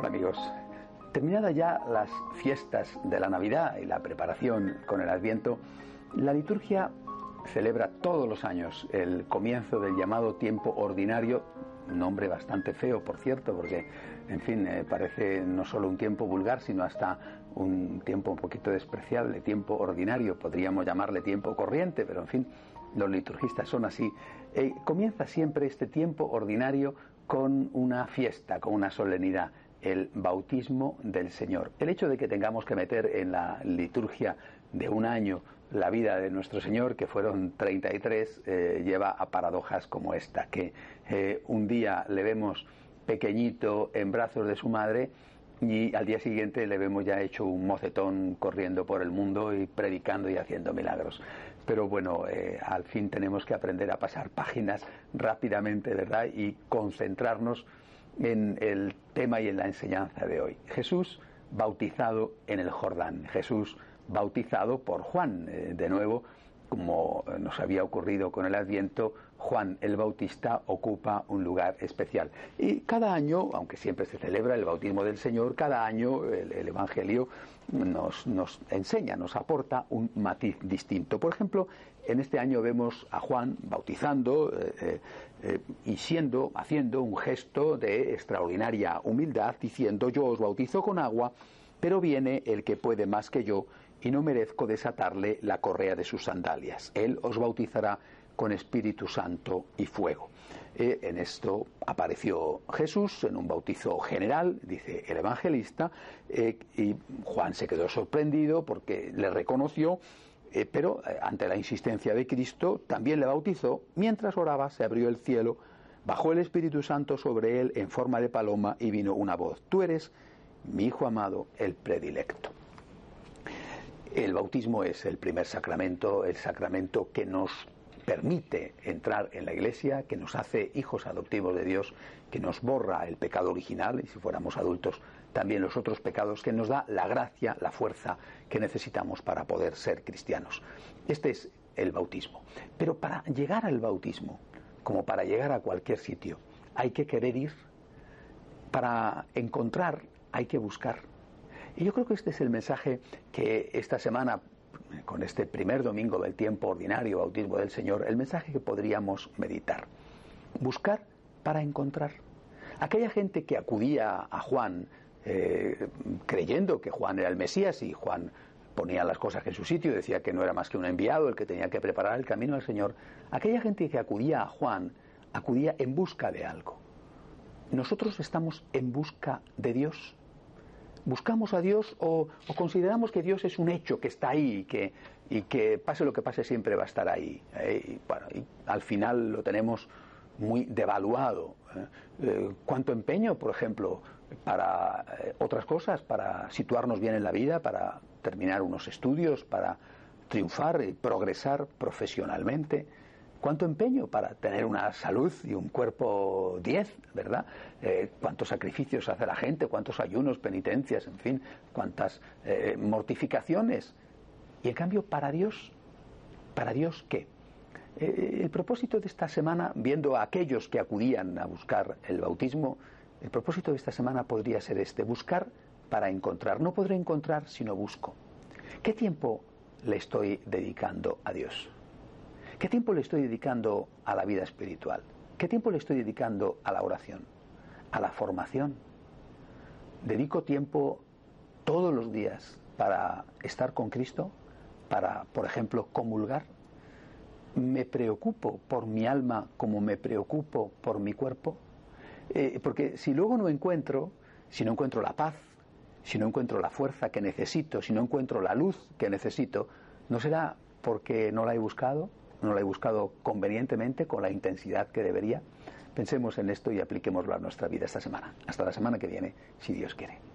Hola amigos, terminadas ya las fiestas de la Navidad y la preparación con el Adviento, la liturgia celebra todos los años el comienzo del llamado tiempo ordinario, un nombre bastante feo por cierto, porque en fin parece no solo un tiempo vulgar sino hasta un tiempo un poquito despreciable, tiempo ordinario, podríamos llamarle tiempo corriente, pero en fin, los liturgistas son así. Comienza siempre este tiempo ordinario con una fiesta, con una solemnidad, el bautismo del Señor. El hecho de que tengamos que meter en la liturgia de un año la vida de nuestro Señor, que fueron 33, lleva a paradojas como esta, que un día le vemos pequeñito en brazos de su madre y al día siguiente le vemos ya hecho un mocetón corriendo por el mundo y predicando y haciendo milagros. Pero bueno, al fin tenemos que aprender a pasar páginas rápidamente, ¿verdad? Y concentrarnos en el tema y en la enseñanza de hoy. Jesús bautizado en el Jordán, Jesús bautizado por Juan, de nuevo, como nos había ocurrido con el Adviento, Juan el Bautista ocupa un lugar especial. Y cada año, aunque siempre se celebra el bautismo del Señor, cada año el Evangelio nos enseña, nos aporta un matiz distinto. Por ejemplo, en este año vemos a Juan bautizando y haciendo un gesto de extraordinaria humildad, diciendo: yo os bautizo con agua, pero viene el que puede más que yo, y no merezco desatarle la correa de sus sandalias. Él os bautizará con Espíritu Santo y fuego. En esto apareció Jesús en un bautizo general, dice el evangelista, y Juan se quedó sorprendido porque le reconoció, pero ante la insistencia de Cristo también le bautizó. Mientras oraba se abrió el cielo, bajó el Espíritu Santo sobre él en forma de paloma y vino una voz: tú eres mi Hijo amado, el predilecto. El bautismo es el primer sacramento, el sacramento que nos permite entrar en la Iglesia, que nos hace hijos adoptivos de Dios, que nos borra el pecado original, y si fuéramos adultos también los otros pecados, que nos da la gracia, la fuerza que necesitamos para poder ser cristianos. Este es el bautismo. Pero para llegar al bautismo, como para llegar a cualquier sitio, hay que querer ir. Para encontrar hay que buscar. Y yo creo que este es el mensaje que esta semana, con este primer domingo del tiempo ordinario, bautismo del Señor, el mensaje que podríamos meditar. Buscar para encontrar. Aquella gente que acudía a Juan creyendo que Juan era el Mesías, y Juan ponía las cosas en su sitio, decía que no era más que un enviado el que tenía que preparar el camino al Señor. Aquella gente que acudía a Juan acudía en busca de algo. Nosotros estamos en busca de Dios. ¿Buscamos a Dios o consideramos que Dios es un hecho que está ahí y que pase lo que pase siempre va a estar ahí? Y al final lo tenemos muy devaluado. ¿Cuánto empeño, por ejemplo, para otras cosas, para situarnos bien en la vida, para terminar unos estudios, para triunfar y progresar profesionalmente? ¿Cuánto empeño para tener una salud y un cuerpo 10, ¿verdad? ¿Cuántos sacrificios hace la gente? ¿Cuántos ayunos, penitencias, en fin? ¿Cuántas mortificaciones? Y en cambio, ¿para Dios qué? El propósito de esta semana, viendo a aquellos que acudían a buscar el bautismo, el propósito de esta semana podría ser este: buscar para encontrar. No podré encontrar si no busco. ¿Qué tiempo le estoy dedicando a Dios? ¿Qué tiempo le estoy dedicando a la vida espiritual? ¿Qué tiempo le estoy dedicando a la oración? ¿A la formación? ¿Dedico tiempo todos los días para estar con Cristo? ¿Para, por ejemplo, comulgar? ¿Me preocupo por mi alma como me preocupo por mi cuerpo? Porque si luego si no encuentro la paz, si no encuentro la fuerza que necesito, si no encuentro la luz que necesito, ¿no será porque no la he buscado? ¿No la he buscado convenientemente, con la intensidad que debería? Pensemos en esto y apliquémoslo a nuestra vida esta semana. Hasta la semana que viene, si Dios quiere.